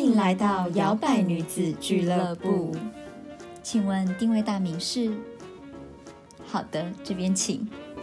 迎来到摇摆女子俱乐部。请问定位大名是？好的，这边请。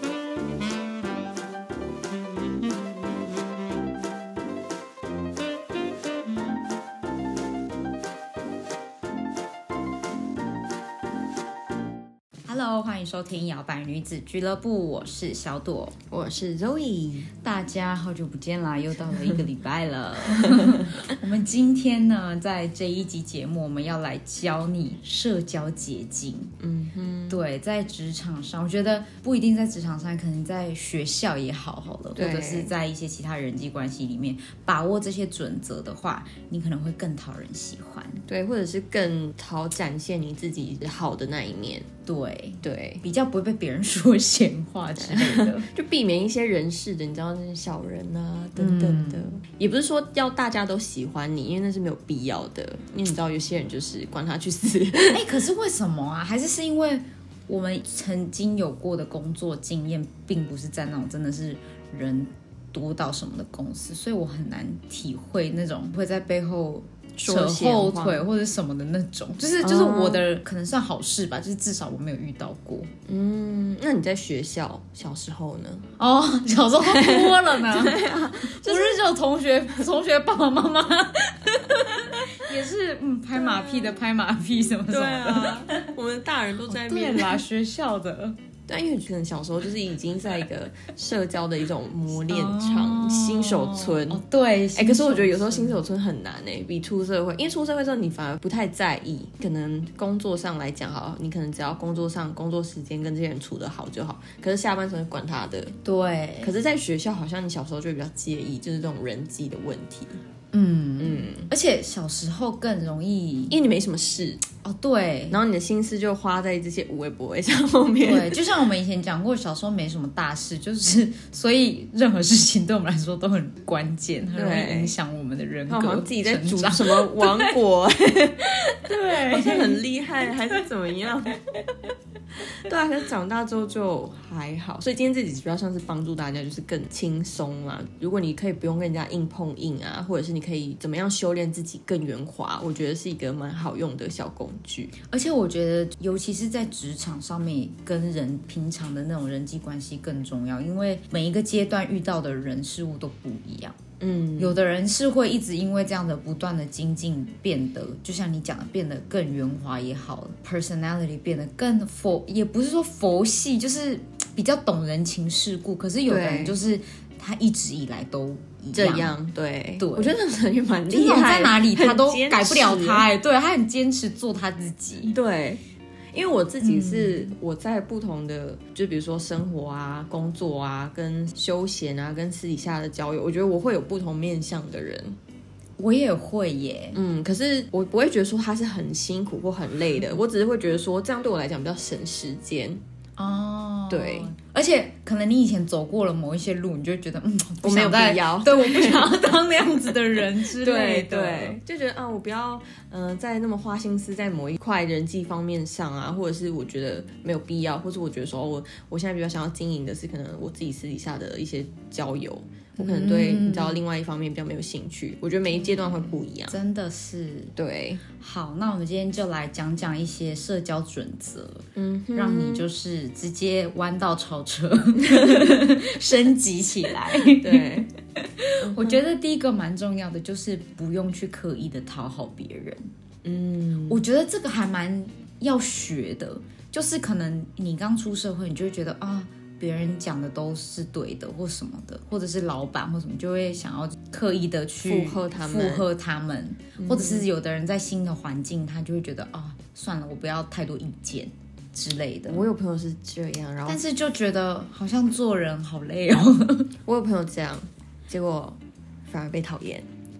Hello， 欢迎收听摇摆女子俱乐部，我是小朵， 我是 Zoe， 大家好久不见啦，又到了1个礼拜了。我们今天呢，在这一集节目，我们要来教你社交捷径。对，在职场上，我觉得不一定在职场上，可能在学校也好了，或者是在一些其他人际关系里面，把握这些准则的话，你可能会更讨人喜欢。 对，或者是更好展现你自己好的那一面。 对，比较不会被别人说闲话之类的， 就避免一些人事的，你知道那些小人啊等等的。也不是说要大家都喜欢你，因为那是没有必要的。因为你知道有些人就是管他去死。 可是为什么啊？还是因为我们曾经有过的工作经验，并不是在那种真的是人多到什么的公司，所以我很难体会那种会在背后扯后腿或者什么的那种，就是我的可能算好事吧，就是至少我没有遇到过。 那你在学校小时候呢？ 小时候多了呢。对啊，不是只有同学爸爸妈妈也是拍马屁的拍马屁什么什么的。对啊，我们大人都在面。 对啦，学校的。 但因为可能小时候就是已经在一个社交的一种磨练场，新手村。 对， 可是我觉得有时候新手村很难比出社会，因为出社会之后你反而不太在意，可能工作上来讲好，你可能只要工作上工作时间跟这些人处得好就好，可是下班时候管他的。对，可是在学校好像你小时候就会比较介意，就是这种人际的问题。 而且小时候更容易， 因为你没什么事。 对， 然后你的心思就花在这些无微不微上面。 对，就像我们以前讲过，小时候没什么大事，就是所以任何事情对我们来说都很关键，很容易影响我们的人格。好像自己在组什么王国， 对， 好像很厉害，还是怎么样？对啊，可是长大之后就还好，所以今天这集主要像是帮助大家就是更轻松啦。如果你可以不用跟人家硬碰硬啊，或者是你可以怎么样修炼自己更圆滑，我觉得是一个蛮好用的小工具。 而且我觉得尤其是在职场上面，跟人平常的那种人际关系更重要，因为每一个阶段遇到的人事物都不一样。有的人是会一直因为这样的不断的精进，变得就像你讲的，变得更圆滑也好 ，personality 变得更也不是说佛系，就是比较懂人情世故。可是有的人就是他一直以来都这样，对，我觉得那人也蛮厉害的， 在哪里他都改不了他，对，他很坚持做他自己， 对。因为我自己是我在不同的，就比如说生活啊、工作啊、跟休闲啊、跟私底下的交友，我觉得我会有不同面向的人。 我也会耶， 可是我不会觉得说他是很辛苦或很累的，我只是会觉得说这样对我来讲比较省时间。对， 而且可能你以前走过了某一些路，你就会觉得我没有必要， 对，我不想要当那样子的人之类的。 对，就觉得我不要在那么花心思在某一块人际方面上啊，或者是我觉得没有必要，或是我觉得说我现在比较想要经营的是可能我自己私底下的一些交友，我可能对你知道另外一方面比较没有兴趣。我觉得每一阶段会不一样， 真的是。 对， 好，那我们今天就来讲讲一些社交准则，让你就是直接弯道超车升级起来。对，我觉得第一个蛮重要的就是不用去刻意的讨好别人。我觉得这个还蛮要学的，就是可能你刚出社会，你就会觉得别人讲的都是对的或什么的，或者是老板或什么，就会想要刻意的去附和他们，或者是有的人在新的环境，他就会觉得算了，我不要太多意见之类的。 我有朋友是这样，然后但是就觉得好像做人好累哦。 我有朋友这样，结果反而被讨厌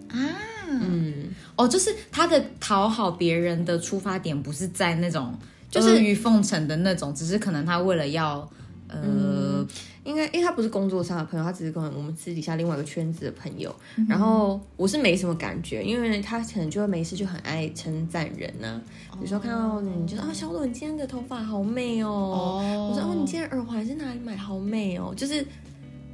就是他的讨好别人的出发点不是在那种就是阿谀奉承的那种，只是可能他为了要应该因为他不是工作上的朋友，他只是跟我们私底下另外一个圈子的朋友。然后我是没什么感觉，因为他可能就会没事就很爱称赞人啊。比如说看到你就说小朵你今天的头发好美哦，我说你今天耳环是哪里买好美哦，就是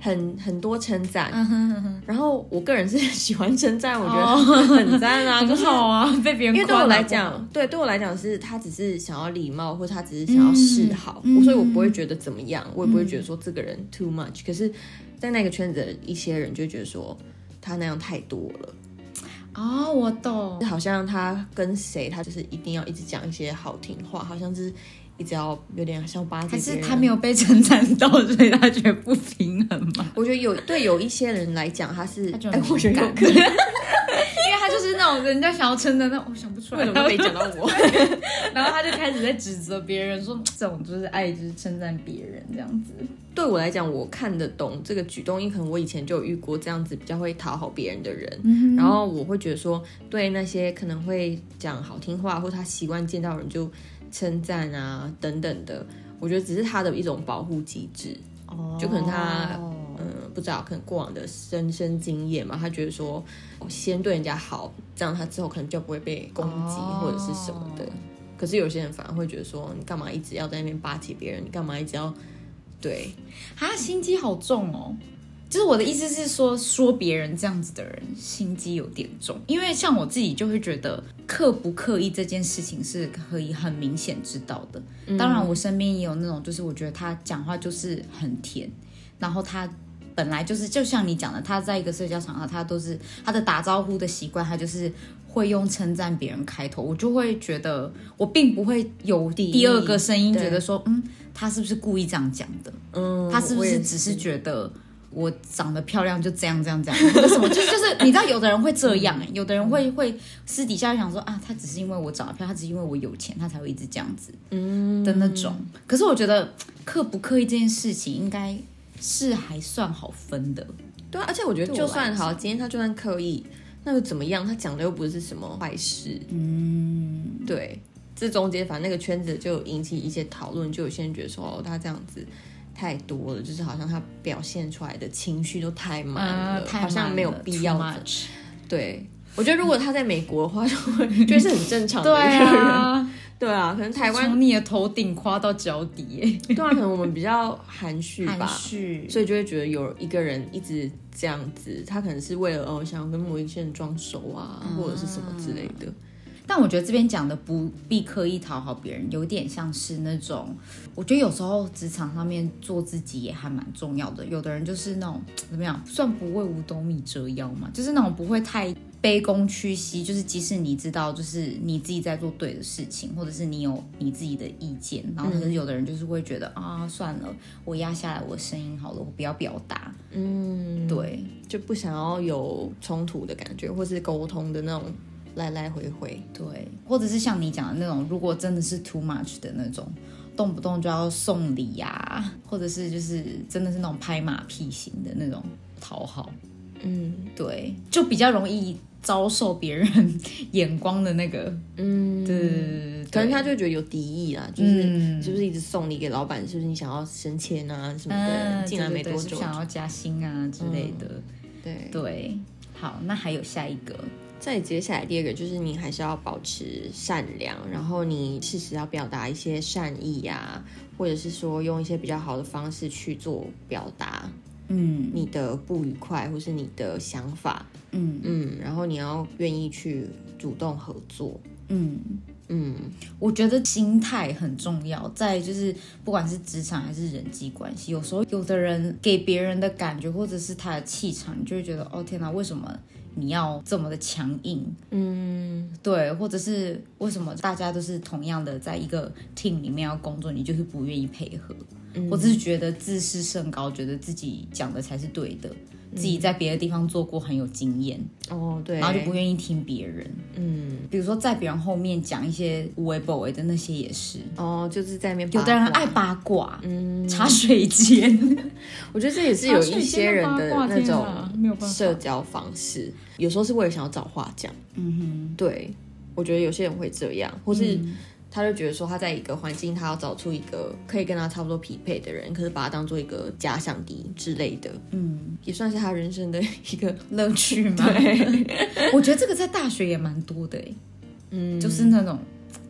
很多称赞，然后我个人是喜欢称赞，我觉得很赞啊， 很好啊，被别人夸。 因为对我来讲，对我来讲是他只是想要礼貌，或他只是想要示好，所以我不会觉得怎么样，我也不会觉得说这个人 too much。可是，在那个圈子的一些人就觉得说他那样太多了。 哦，我懂， 好像他跟谁，他就是一定要一直讲一些好听话，好像是一直要有点像巴结别人。 还是他没有被称赞到，所以他觉得不平衡嘛？ 我觉得对有一些人来讲，他是我觉得有可能，因为他就是那种人家想要称赞，但我想不出来， 为什么没讲到我？ 然后他就开始在指责别人，说这种就是爱，就是称赞别人这样子。 对我来讲，我看得懂这个举动，因为可能我以前就有遇过这样子比较会讨好别人的人，然后我会觉得说，对那些可能会讲好听话，或他习惯见到人就称赞啊等等的，我觉得只是他的一种保护机制，就可能他不知道，可能过往的深经验嘛，他觉得说先对人家好，这样他之后可能就不会被攻击或者是什么的。可是有些人反而会觉得说，你干嘛一直要在那边巴结别人？你干嘛一直要对？ 他心机好重哦。就是我的意思是说别人这样子的人心机有点重，因为像我自己就会觉得刻不刻意这件事情是可以很明显知道的。当然我身边也有那种，就是我觉得他讲话就是很甜，然后他本来就是就像你讲的，他在一个社交场合，他都是他的打招呼的习惯，他就是会用称赞别人开头，我就会觉得我并不会有第二个声音觉得说他是不是故意这样讲的，他是不是只是觉得我长得漂亮就这样或者什么，就是你知道有的人会这样，有的人会私底下想说啊，他只是因为我长得漂亮，他只是因为我有钱，他才会一直这样子的那种。可是我觉得刻不刻意这件事情应该是还算好分的。 对啊，而且我觉得就算好，今天他就算刻意，那又怎么样？他讲的又不是什么坏事。对，这中间反正那个圈子就引起一些讨论，就有些人觉得说他这样子太多了，就是好像他表现出来的情绪都太满了，好像没有必要的。对，我觉得如果他在美国的话，就是很正常的一个人。对啊，可能台湾从你的头顶夸到脚底耶。 对啊，可能我们比较含蓄吧，所以就会觉得有一个人一直这样子，他可能是为了想要跟某一些人装熟啊，或者是什么之类的。 但我觉得这边讲的不必刻意讨好别人，有点像是那种，我觉得有时候职场上面做自己也还蛮重要的。有的人就是那种怎么样，算不为五斗米折腰嘛，就是那种不会太卑躬屈膝，就是即使你知道就是你自己在做对的事情，或者是你有你自己的意见，然后可是有的人就是会觉得啊，算了，我压下来我的声音好了，我不要表达。对， 就不想要有冲突的感觉，或是沟通的那种来来回回。 对，或者是像你讲的那种，如果真的是 too much 的那种，动不动就要送礼啊，或者是就是真的是那种拍马屁型的那种讨好，对，就比较容易遭受别人眼光的那个，对， 可能他就觉得有敌意啦，就是是不是一直送礼给老板，是不是你想要升迁啊什么的，进来没多久， 是想要加薪啊之类的，对，好，那还有下一个。 再接下来第二个就是你还是要保持善良，然后你适时要表达一些善意啊，或者是说用一些比较好的方式去做表达，你的不愉快或是你的想法，然后你要愿意去主动合作， 我觉得心态很重要，在就是不管是职场还是人际关系，有时候有的人给别人的感觉或者是他的气场，你就会觉得哦天哪，为什么你要这么的强硬？对，或者是为什么大家都是同样的在一个 team 里面要工作，你就是不愿意配合，或者是觉得自视甚高，觉得自己讲的才是对的，自己在别的地方做过很有经验， 对， 然后就不愿意听别人，比如说在别人后面讲一些无为不为的那些也是， 就是在那边有的人爱八卦，茶水间， 我觉得这也是有一些人的那种社交方式，有时候是为了想要找话讲，对，我觉得有些人会这样，或是他就觉得说他在一个环境，他要找出一个可以跟他差不多匹配的人，可是把他当做一个假想敌之类的，也算是他人生的一个乐趣嘛。 对， 我觉得这个在大学也蛮多的，就是那种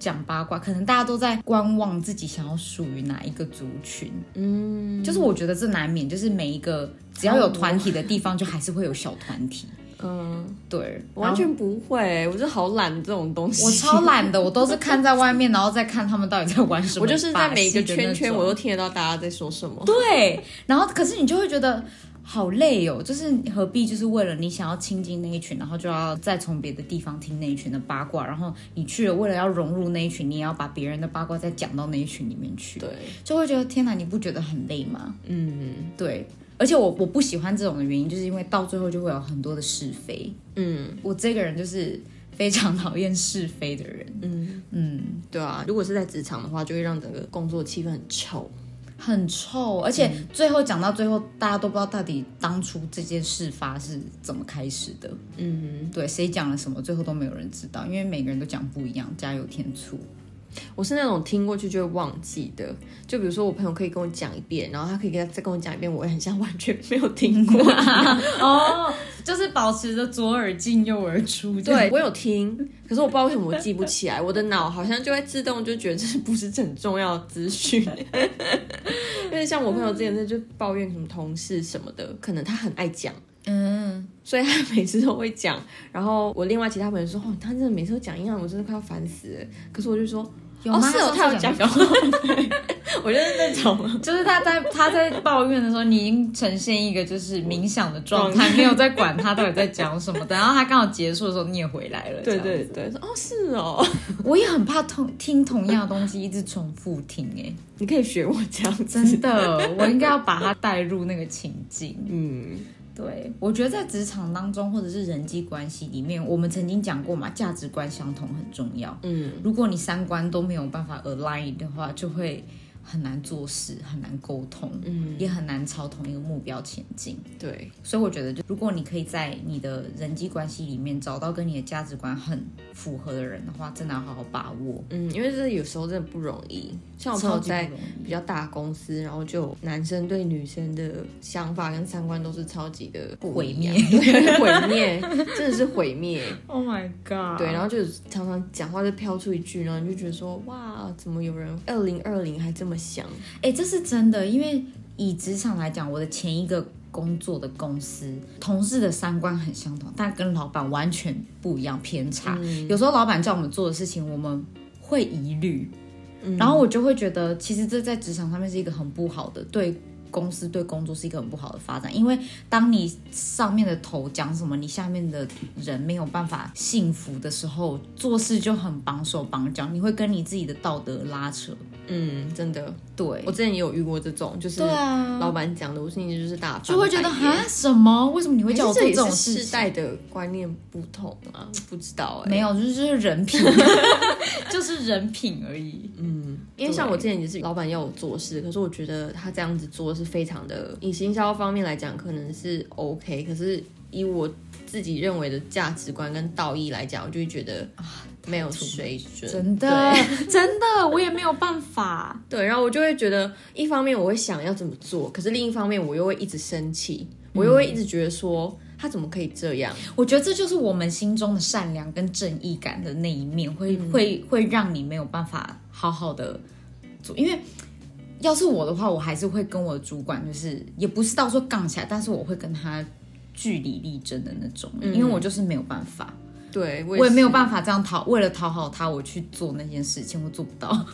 讲八卦，可能大家都在观望自己想要属于哪一个族群。就是我觉得这难免，就是每一个只要有团体的地方，就还是会有小团体。对， 我完全不会，我就好懒这种东西。 我超懒的，我都是看在外面，然后再看他们到底在玩什么。 我就是在每一个圈圈，我都听得到大家在说什么。 对，然后可是你就会觉得好累哦，就是何必就是为了你想要亲近那一群，然后就要再从别的地方听那一群的八卦，然后你去了为了要融入那一群，你也要把别人的八卦再讲到那一群里面去。 对， 就会觉得天哪，你不觉得很累吗？对。而且我不喜欢这种的原因，就是因为到最后就会有很多的是非。我这个人就是非常讨厌是非的人。 对啊，如果是在职场的话，就会让整个工作气氛很臭。 很臭，而且最后讲到最后，大家都不知道到底当初这件事发是怎么开始的。对，谁讲了什么，最后都没有人知道，因为每个人都讲不一样，加油添醋。 我是那种听过去就会忘记的，就比如说我朋友可以跟我讲一遍，然后他可以再跟我讲一遍，我也很像完全没有听过就是保持着左耳进右耳出。 对，我有听，可是我不知道为什么我记不起来，我的脑好像就会自动就觉得这不是很重要的资讯。因为像我朋友之前就抱怨什么同事什么的，可能他很爱讲。所以他每次都会讲，然后我另外其他朋友说他真的每次都讲一样，我真的快要烦死了。可是我就说有吗？ 是他有讲我就是那种， 就是他在抱怨的时候，你已经呈现一个就是冥想的状态，没有在管他到底在讲什么。等到他刚好结束的时候，你也回来了。 对对对，说是哦， 我也很怕听同样的东西一直重复听。 你可以学我这样子， 真的，我应该要把他带入那个情境。对，我觉得在职场当中或者是人际关系里面，我们曾经讲过嘛，价值观相同很重要。如果你三观都没有办法 align 的话，就会很难做事，很难沟通，也很难朝同一个目标前进。 对， 所以我觉得如果你可以在你的人际关系里面找到跟你的价值观很符合的人的话，真的要好好把握。 因为这有时候真的不容易。像我朋友在比较大公司，然后就男生对女生的想法跟三观都是超级的毁灭， 毁灭，真的是毁灭。 Oh my god！ 对，然后就常常讲话就飘出一句，然后你就觉得说，哇，怎么有人2020还这么想？ 这是真的，因为以职场来讲，我的前一个工作的公司，同事的三观很相同，但跟老板完全不一样，偏差。有时候老板叫我们做的事情，我们会疑虑。然后我就会觉得，其实这在职场上面是一个很不好的，对公司对工作是一个很不好的发展。因为当你上面的头讲什么，你下面的人没有办法信服的时候，做事就很绑手绑脚，你会跟你自己的道德拉扯。 真的， 对， 我之前也有遇过这种，就是老板讲的，我心里就是大翻白眼， 就会觉得什么？为什么你会叫我做这种事情？ 世代的观念不同啊，不知道没有，就是人品，就是人品而已。 因为像我之前也是老板要我做事，可是我觉得他这样子做是非常的，以行销方面来讲可能是 OK， 可是以我自己认为的价值观跟道义来讲，我就会觉得没有水准， 真的真的，我也没有办法。 对，然后我就会觉得，一方面我会想要怎么做，可是另一方面我又会一直生气，我又会一直觉得说他怎么可以这样？ 我觉得这就是我们心中的善良跟正义感的那一面，会让你没有办法好好的做。因为要是我的话，我还是会跟我的主管，就是也不是到说杠起来，但是我会跟他据理力争的那种，因为我就是没有办法。 对， 我也没有办法这样为了讨好他，我去做那件事情，我做不到。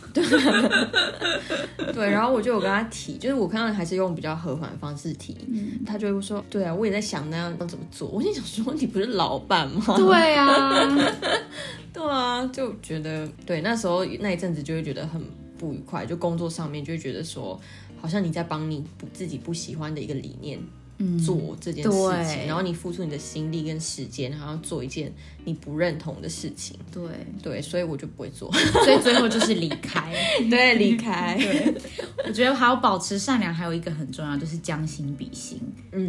对，然后我就有跟他提，就是我看到还是用比较和缓的方式提，他就会说，对啊，我也在想那样要怎么做。我心想说，你不是老板吗？ 对啊， 对啊，就觉得对，那时候那一阵子就会觉得很不愉快，就工作上面就会觉得说，好像你在帮你自己不喜欢的一个理念做这件事情，然后你付出你的心力跟时间，然后做一件你不认同的事情。对，所以我就不会做， 所以最后就是离开。 对，离开。 对，我觉得还有保持善良，还有一个很重要，就是将心比心。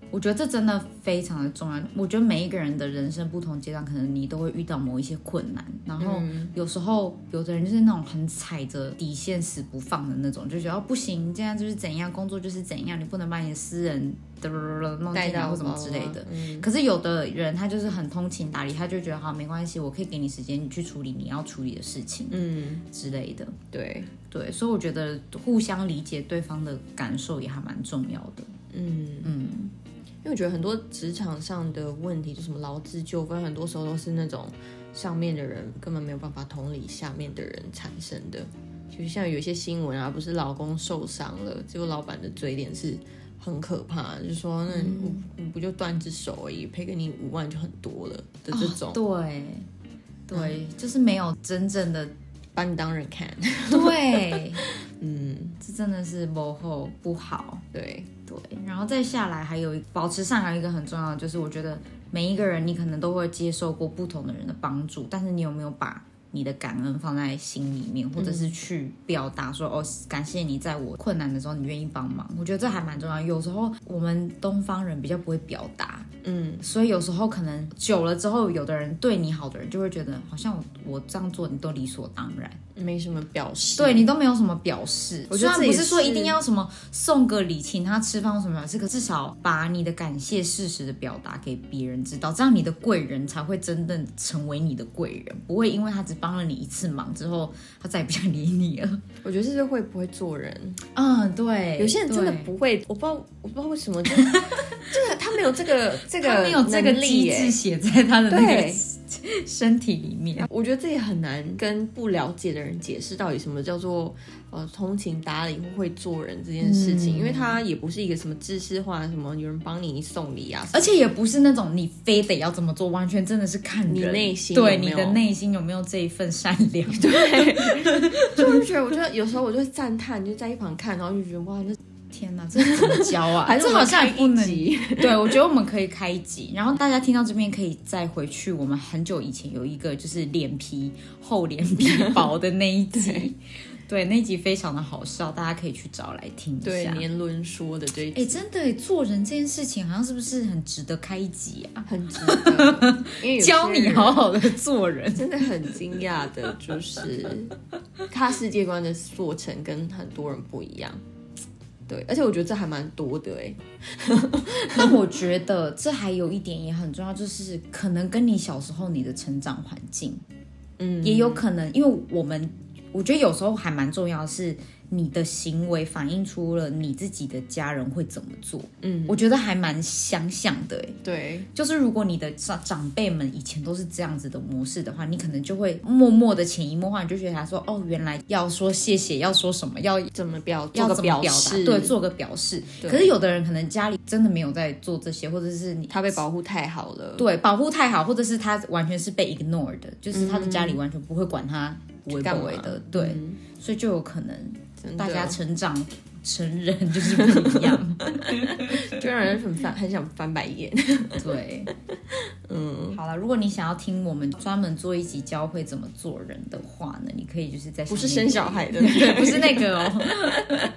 我觉得这真的非常的重要。我觉得每一个人的人生不同阶段，可能你都会遇到某一些困难，然后有时候有的人就是那种很踩着底线死不放的那种，就觉得不行，这样就是怎样，工作就是怎样，你不能把你的私人弄进来或什么之类的。可是有的人他就是很通情达理，他就觉得好没关系，我可以给你时间，你去处理你要处理的事情，之类的。 对， 所以我觉得互相理解对方的感受也还蛮重要的。 因为我觉得很多职场上的问题，就什么劳资纠纷，很多时候都是那种上面的人根本没有办法同理下面的人产生的。就像有一些新闻啊，不是老公受伤了，结果老板的嘴脸是很可怕的，就说那你不就断只手而已，赔给你5万就很多了的这种。 对，就是没有真正的把你当人看。 对，这真的是不好。 对， 然后再下来还有保持善良，一个很重要的就是我觉得每一个人你可能都会接受过不同的人的帮助，但是你有没有把你的感恩放在心里面，或者是去表达说感谢你在我困难的时候你愿意帮忙，我觉得这还蛮重要。有时候我们东方人比较不会表达，所以有时候可能久了之后，有的人对你好的人就会觉得好像我这样做你都理所当然， 没什么表示， 对你都没有什么表示。 我觉得虽然不是说一定要什么送个礼请他吃饭或什么表示，可至少把你的感谢适时的表达给别人知道，这样你的贵人才会真正成为你的贵人，不会因为他只帮了你一次忙之后他再也不想理你了。 我觉得这是会不会做人。 对， 有些人真的不会，我不知道为什么，就是他没有这个他没有这个机制写在他的那个身体里面。 我觉得这也很难跟不了解的人解释到底什么叫做通情达理或会做人这件事情，因为他也不是一个什么知识化什么有人帮你送礼啊， 而且也不是那种你非得要这么做，完全真的是看人你内心对你的内心有没有这一份善良。 对，所以我就觉得，我觉得有时候我就会赞叹，就在一旁看，然后就觉得哇，那天哪，这怎么教啊？ 还是这好像也不能。对，我觉得我们可以开一集，然后大家听到这边可以再回去我们很久以前有一个就是厚脸皮薄的那一集。对，那一集非常的好笑，大家可以去找来听一下。 对，年轮说的这一集， 真的做人这件事情好像是不是很值得开一集啊？ 很值得，因为教你好好的做人， 真的很惊讶的，就是他世界观的做成跟很多人不一样。对，而且我觉得这还蛮多的那我觉得这还有一点也很重要，就是可能跟你小时候你的成长环境，也有可能，因为我觉得有时候还蛮重要的是你的行为反映出了你自己的家人会怎么做。我觉得还蛮相像的。 对， 就是如果你的长辈们以前都是这样子的模式的话，你可能就会默默的潜移默化，你就觉得他说原来要说谢谢，要说什么，要怎么表达，对，做个表示。可是有的人可能家里真的没有在做这些，或者是他被保护太好了， 对，保护太好，或者是他完全是被 ignore 的，就是他的家里完全不会管他为不为的，对，所以就有可能大家成长成人就是不一样， 就让人很想翻白眼。 对，好了，如果你想要听我们专门做一集教会怎么做人的话呢，你可以就是在不是生小孩的， 对，不是那个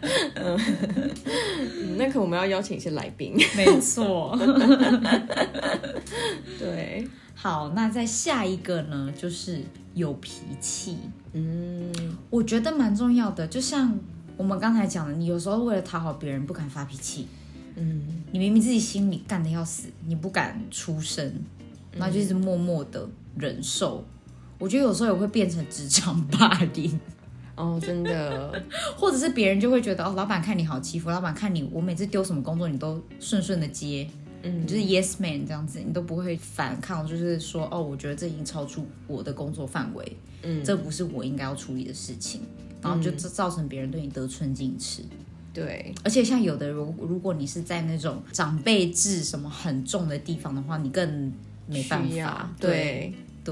那可我们要邀请一些来宾， 没错。 对， 好，那再下一个呢，就是有脾气。我觉得蛮重要的，就像我们刚才讲的，你有时候为了讨好别人不敢发脾气，你明明自己心里干得要死，你不敢出声，然后就一直默默的忍受。我觉得有时候也会变成职场霸凌。 真的， 或者是别人就会觉得老板看你好欺负，老板看你，我每次丢什么工作你都顺顺的接，你就是 yes man 这样子，你都不会反抗，就是说我觉得这已经超出我的工作范围，这不是我应该要处理的事情，然后就造成别人对你得寸进尺。 对， 而且像有的如果你是在那种长辈制什么很重的地方的话，你更没办法。对，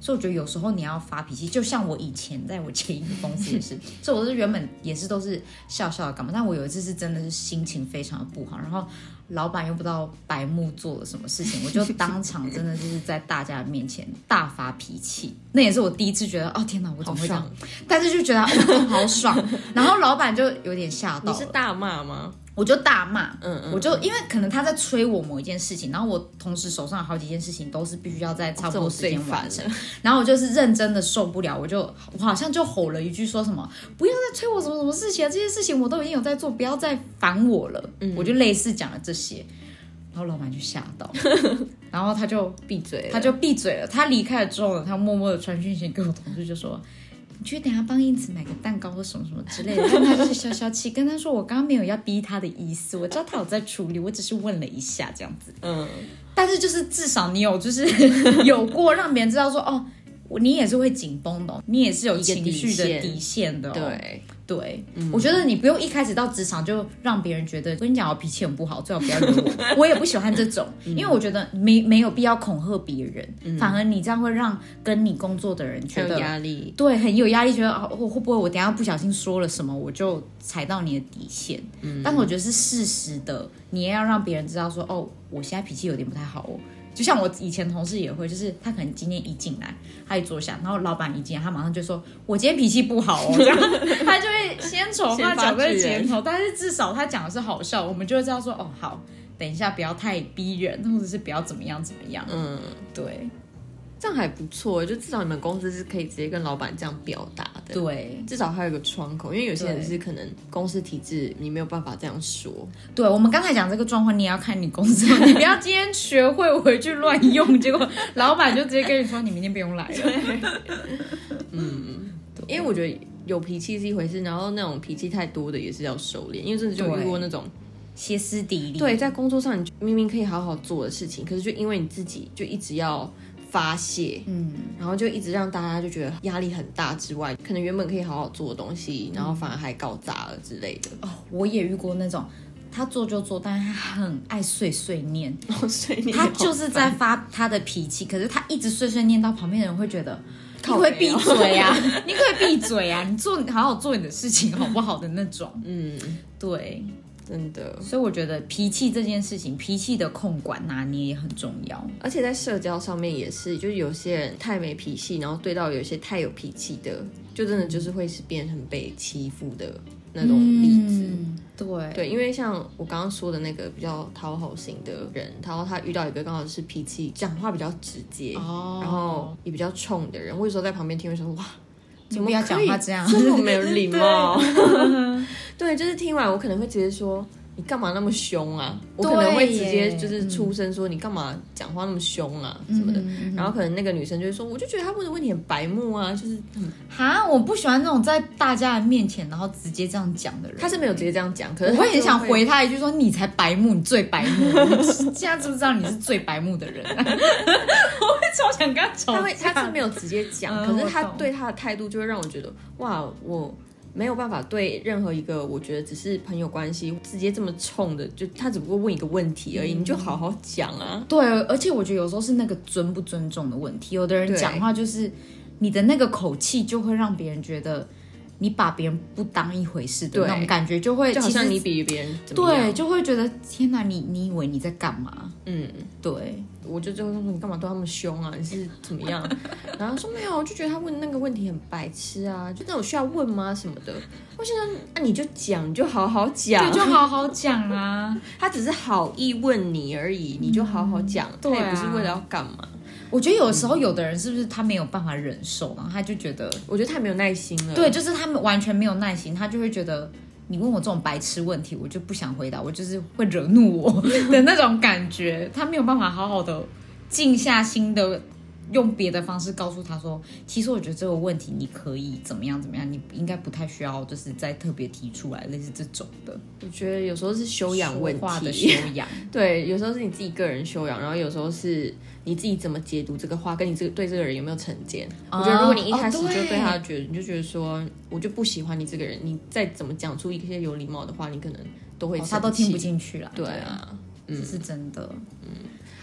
所以我觉得有时候你要发脾气，就像我以前在我前一个公司也是，所以我是原本也是都是笑笑的干嘛，但我有一次是真的是心情非常的不好，然后老板又不知道白目做了什么事情，我就当场真的就是在大家面前大发脾气，那也是我第一次觉得哦天哪，我怎么会这样？但是就觉得好爽，然后老板就有点吓到了。 你是大骂吗？ 我就大骂，我就因为可能他在催我某一件事情，然后我同时手上有好几件事情都是必须要在差不多时间完成，然后我就是认真的受不了，我好像就吼了一句说什么不要再催我什么什么事情啊，这些事情我都已经有在做，不要再烦我了，我就类似讲了这些，然后老板就吓到，然后他就闭嘴了，他离开了之后呢，他默默的传讯息给我同事就说。你去等一下帮英子买个蛋糕或什么什么之类的，但他就是消消气，跟他说我刚刚没有要逼他的意思，我知道他有在处理，我只是问了一下这样子。但是就是至少你有就是有过让别人知道说哦，你也是会紧绷的哦，你也是有情绪的底线的哦。对，我觉得你不用一开始到职场就让别人觉得，我跟你讲我脾气很不好，最好不要惹我。我也不喜欢这种，因为我觉得没有必要恐吓别人，反而你这样会让跟你工作的人觉得很有压力， 对，很有压力，觉得我会不会我等一下不小心说了什么，我就踩到你的底线。但我觉得是适时的，你也要让别人知道说，哦，我现在脾气有点不太好哦。就像我以前同事也会，就是他可能今天一进来，他一坐下，然后老板一进来，他马上就说：“我今天脾气不好哦。”这样他就会先丑话讲在前头，但是至少他讲的是好笑，我们就会知道说：“哦，好，等一下不要太逼人，或者是不要怎么样怎么样。”对。 这样还不错，就至少你们公司是可以直接跟老板这样表达的。 对， 至少还有一个窗口，因为有些人是可能公司体制你没有办法这样说。 对，我们刚才讲这个状况，你也要看你公司，你不要今天学会回去乱用，结果老板就直接跟你说你明天不用来了。 因为我觉得有脾气是一回事，然后那种脾气太多的也是要收敛，因为真的就遇过那种。 歇斯底里。 对，在工作上你明明可以好好做的事情，可是就因为你自己就一直要发泄，然后就一直让大家就觉得压力很大之外，可能原本可以好好做的东西，然后反而还搞砸了之类的。 我也遇过那种他做就做，但是他很爱碎碎念， 碎念他就是在发他的脾气，可是他一直碎碎念到旁边的人会觉得你可不可以闭嘴啊，你可不可以闭嘴啊，你好好做你的事情好不好的那种。对， 真的， 所以我觉得脾气这件事情，脾气的控管拿捏也很重要。 而且在社交上面也是，就是有些人太没脾气，然后对到有些太有脾气的，就真的就是会是变成被欺负的那种例子。对，因为像我刚刚说的那个比较讨好型的人，然后他遇到一个刚好是脾气讲话比较直接，然后也比较冲的人，我有时候在旁边听会说哇， 怎么不要讲话这样， 这么没有礼貌。对，就是听完我可能会直接说你干嘛那么凶啊？我可能会直接就是出声说你干嘛讲话那么凶啊什么的。然后可能那个女生就会说，我就觉得他问的问题很白目啊，就是我不喜欢那种在大家的面前然后直接这样讲的人。 他是没有直接这样讲，可是我会很想回他一句说你才白目，你最白目，你现在知不知道你是最白目的人？我会超想跟他吵架。 他是没有直接讲，可是他对他的态度就会让我觉得哇，我没有办法对任何一个我觉得只是朋友关系直接这么冲的，就他只不过问一个问题而已，你就好好讲啊。 对，而且我觉得有时候是那个尊不尊重的问题，有的人讲话就是你的那个口气就会让别人觉得你把别人不当一回事的那种感觉，就会就好像你比别人怎么样， 对，就会觉得天哪，你以为你在干嘛？对， 我就说你干嘛对他们凶啊？你是怎么样？然后说没有，我就觉得他问那个问题很白痴啊，就那种需要问吗什么的。我想那你就讲，你就好好讲， 对，就好好讲啊。 他只是好意问你而已，你就好好讲，他也不是为了要干嘛。 我觉得有时候有的人是不是他没有办法忍受，然后他就觉得， 我觉得太没有耐心了。 对，就是他们完全没有耐心，他就会觉得你问我这种白痴问题，我就不想回答，我就是会惹怒我的那种感觉。他没有办法好好的静下心的用别的方式告诉他说，其实我觉得这个问题你可以怎么样怎么样，你应该不太需要就是再特别提出来，类似这种的。 我觉得有时候是修养问题， 说话的修养。 对，有时候是你自己个人修养，然后有时候是你自己怎么解读这个话，跟你对这个人有没有成见。我觉得如果你一开始就对他你就觉得说我就不喜欢你这个人，你再怎么讲出一些有礼貌的话，你可能都会生气， 他都听不进去了。 对啊， 这是真的。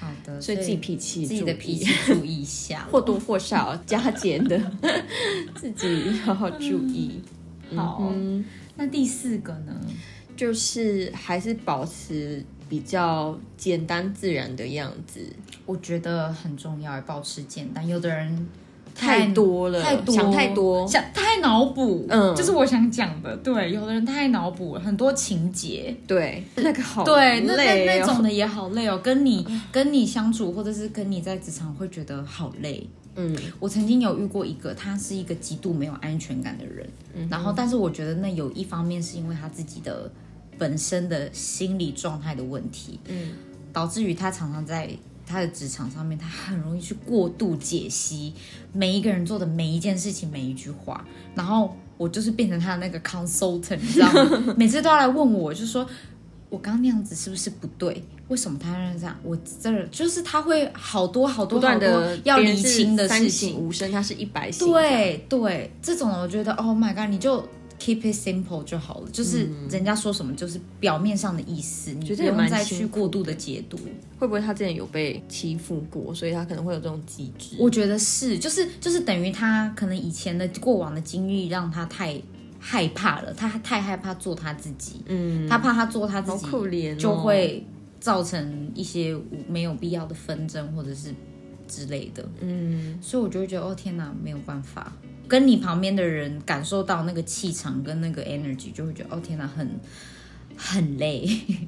好的， 所以自己的脾气注意一下， 或多或少加减的自己好好注意。 好，那第4个呢？ 就是还是保持比较简单自然的样子， 我觉得很重要，保持简单。有的人太多了，想太多， 太脑补，就是我想讲的。对，有的人太脑补了，很多情节， 对，那个好对， 累那种的也好累哦。跟你相处，或者是跟你在职场会觉得好累。我曾经有遇过一个，他是一个极度没有安全感的人，然后但是我觉得那有一方面是因为他自己的本身的心理状态的问题，导致于他常常在他的职场上面，他很容易去过度解析每一个人做的每一件事情、每一句话，然后我就是变成他的那个 consultant， 你知道吗？每次都要来问我，就说我刚刚那样子是不是不对？为什么他要这样？我这就是他会好多要厘清的事情， 无声，他是100星。 对，这种我觉得 Oh my God， 你就 keep it simple 就好了，就是人家说什么就是表面上的意思，你不用再去过度的解读。 会不会他之前有被欺负过，所以他可能会有这种机制？ 我觉得是，就是等于他可能以前的过往的经历让他太害怕了，他太害怕做他自己，他怕他做他自己， 好可怜哦， 就会造成一些没有必要的纷争或者是之类的，所以我就会觉得天哪，没有办法。跟你旁边的人感受到那个气场跟那个 energy， 就会觉得天哪，很累。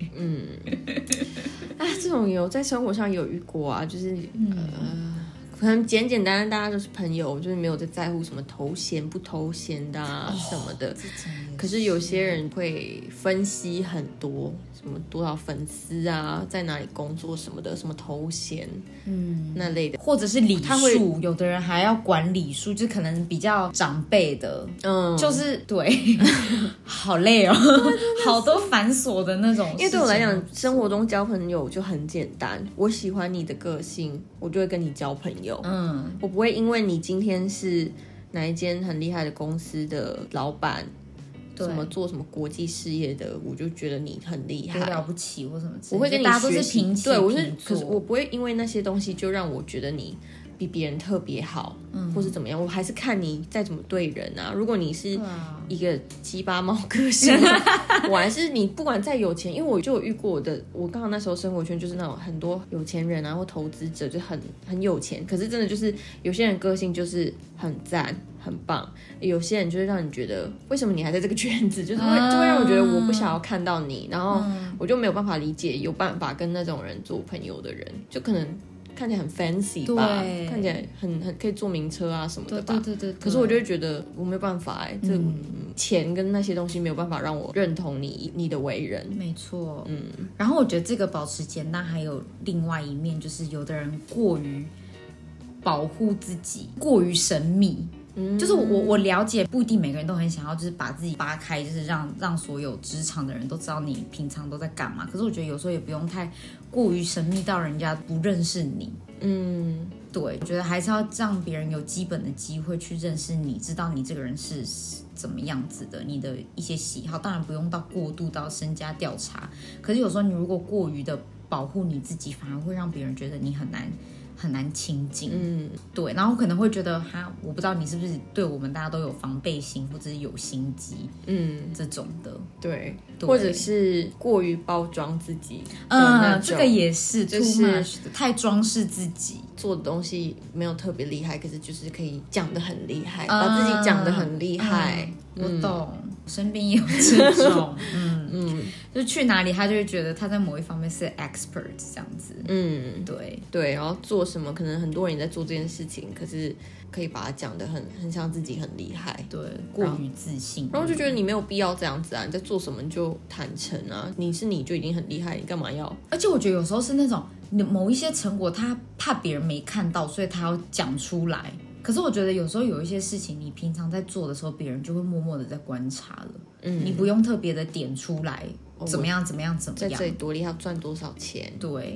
这种有在生活上有遇过啊，就是可能简简单单大家都是朋友，就是没有在乎什么头衔不头衔的什么的。可是有些人会分析很多，什么多少粉丝啊，在哪里工作什么的，什么头衔，那类的， 或者是礼数，有的人还要管礼数，就可能比较长辈的，就是对，好累哦，好多繁琐的那种事情。 因为对我来讲，生活中交朋友就很简单，我喜欢你的个性，我就会跟你交朋友。我不会因为你今天是哪一间很厉害的公司的老板，什么做什么国际事业的，我就觉得你很厉害， 了不起或什么之类的。 我会跟你大家都是平起平坐， 可是我不会因为那些东西就让我觉得你比别人特别好，或是怎么样。我还是看你再怎么对人啊。如果你是一个鸡巴猫个性，我还是你不管再有钱，因为我就有遇过我刚好那时候生活圈就是那种很多有钱人啊或投资者，就很有钱，可是真的就是有些人个性就是很赞很棒，有些人就会让你觉得为什么你还在这个圈子，就会让我觉得我不想要看到你，然后我就没有办法理解有办法跟那种人做朋友的人，就可能看起来很 fancy 吧，看起来很可以坐名车啊什么的吧， 对。 可是我就会觉得我没有办法这钱跟那些东西没有办法让我认同你的为人。 没错，然后我觉得这个保持简单还有另外一面，就是有的人过于保护自己，过于神秘。就是我了解，不一定每个人都很想要，就是把自己扒开，就是让所有职场的人都知道你平常都在干嘛。可是我觉得有时候也不用太过于神秘到人家不认识你。对，我觉得还是要让别人有基本的机会去认识你，知道你这个人是怎么样子的，你的一些喜好，当然不用到过度到身家调查。可是有时候你如果过于的保护你自己，反而会让别人觉得你很难亲近，对，然后可能会觉得我不知道你是不是对我们大家都有防备心或者是有心机，这种的， 对，或者是过于包装自己， 这个也是，就是太装饰自己， 做的东西没有特别厉害，可是就是可以讲得很厉害，把自己讲得很厉害。 我懂，身边也有这种，就去哪里他就会觉得他在某一方面是 expert 这样子，对， 然后做什么可能很多人也在做这件事情，可是可以把它讲得很像自己很厉害， 对，过于自信， 然后就觉得你没有必要这样子啊，你在做什么你就坦诚啊，你就已经很厉害，你干嘛要？ 而且我觉得有时候是那种某一些成果他怕别人没看到，所以他要讲出来。可是我觉得有时候有一些事情，你平常在做的时候，别人就会默默的在观察了。你不用特别的点出来，怎么样，在这里多厉害，赚多少钱？ 对，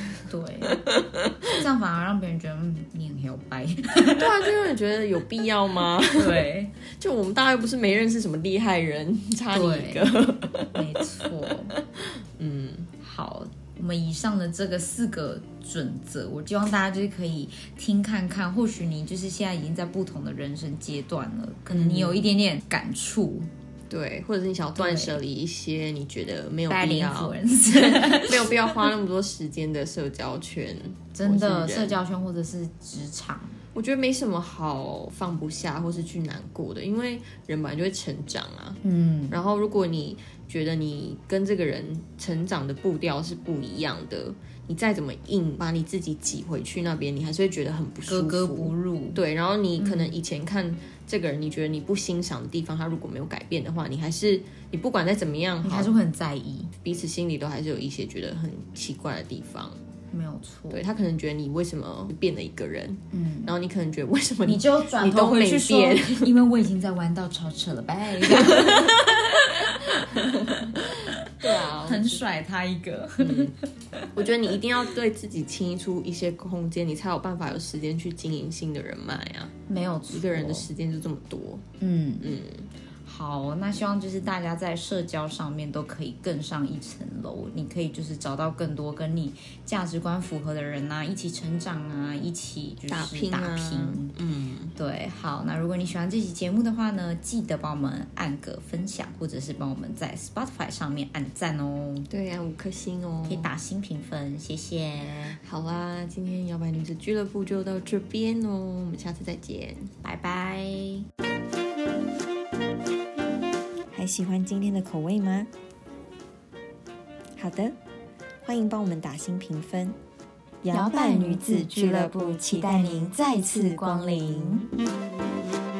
这样反而让别人觉得你很摇摆。 对啊，就让人觉得有必要吗？ 对， 就我们大概不是没认识什么厉害人，差你一个。 没错。好。 我们以上的这个4个准则，我希望大家就是可以听看看，或许你就是现在已经在不同的人生阶段了，可能你有一点点感触。 对，或者是你想要断舍离一些你觉得没有必要没有必要花那么多时间的社交圈， 真的社交圈或者是职场， 我觉得没什么好放不下或是去难过的，因为人本来就会成长啊。然后如果你觉得你跟这个人成长的步调是不一样的，你再怎么硬把你自己挤回去那边，你还是会觉得很不舒服， 格格不入。 对，然后你可能以前看这个人，你觉得你不欣赏的地方，他如果没有改变的话，你不管再怎么样， 你还是会很在意， 彼此心里都还是有一些觉得很奇怪的地方。 没有错， 对，他可能觉得你为什么变了一个人，然后你可能觉得为什么你就转头回去说，因为我已经在弯道超车了，拜。 对啊， 很甩他一个。 我觉得你一定要对自己清出一些空间，你才有办法有时间去经营新的人脉啊。 没有错， 一个人的时间就这么多。 好，那希望就是大家在社交上面都可以更上一层楼，你可以就是找到更多跟你价值观符合的人啊，一起成长啊，一起就是打拼。对，好，那如果你喜欢这期节目的话呢，记得帮我们按个分享，或者是帮我们在 Spotify 上面按赞哦。 对啊，5颗星哦， 可以打新评分，谢谢。 好啦，今天摇摆女子俱乐部就到这边哦，我们下次再见， 拜拜。 还喜欢今天的口味吗？好的，欢迎帮我们打新评分。 摇摆女子俱乐部期待您再次光临。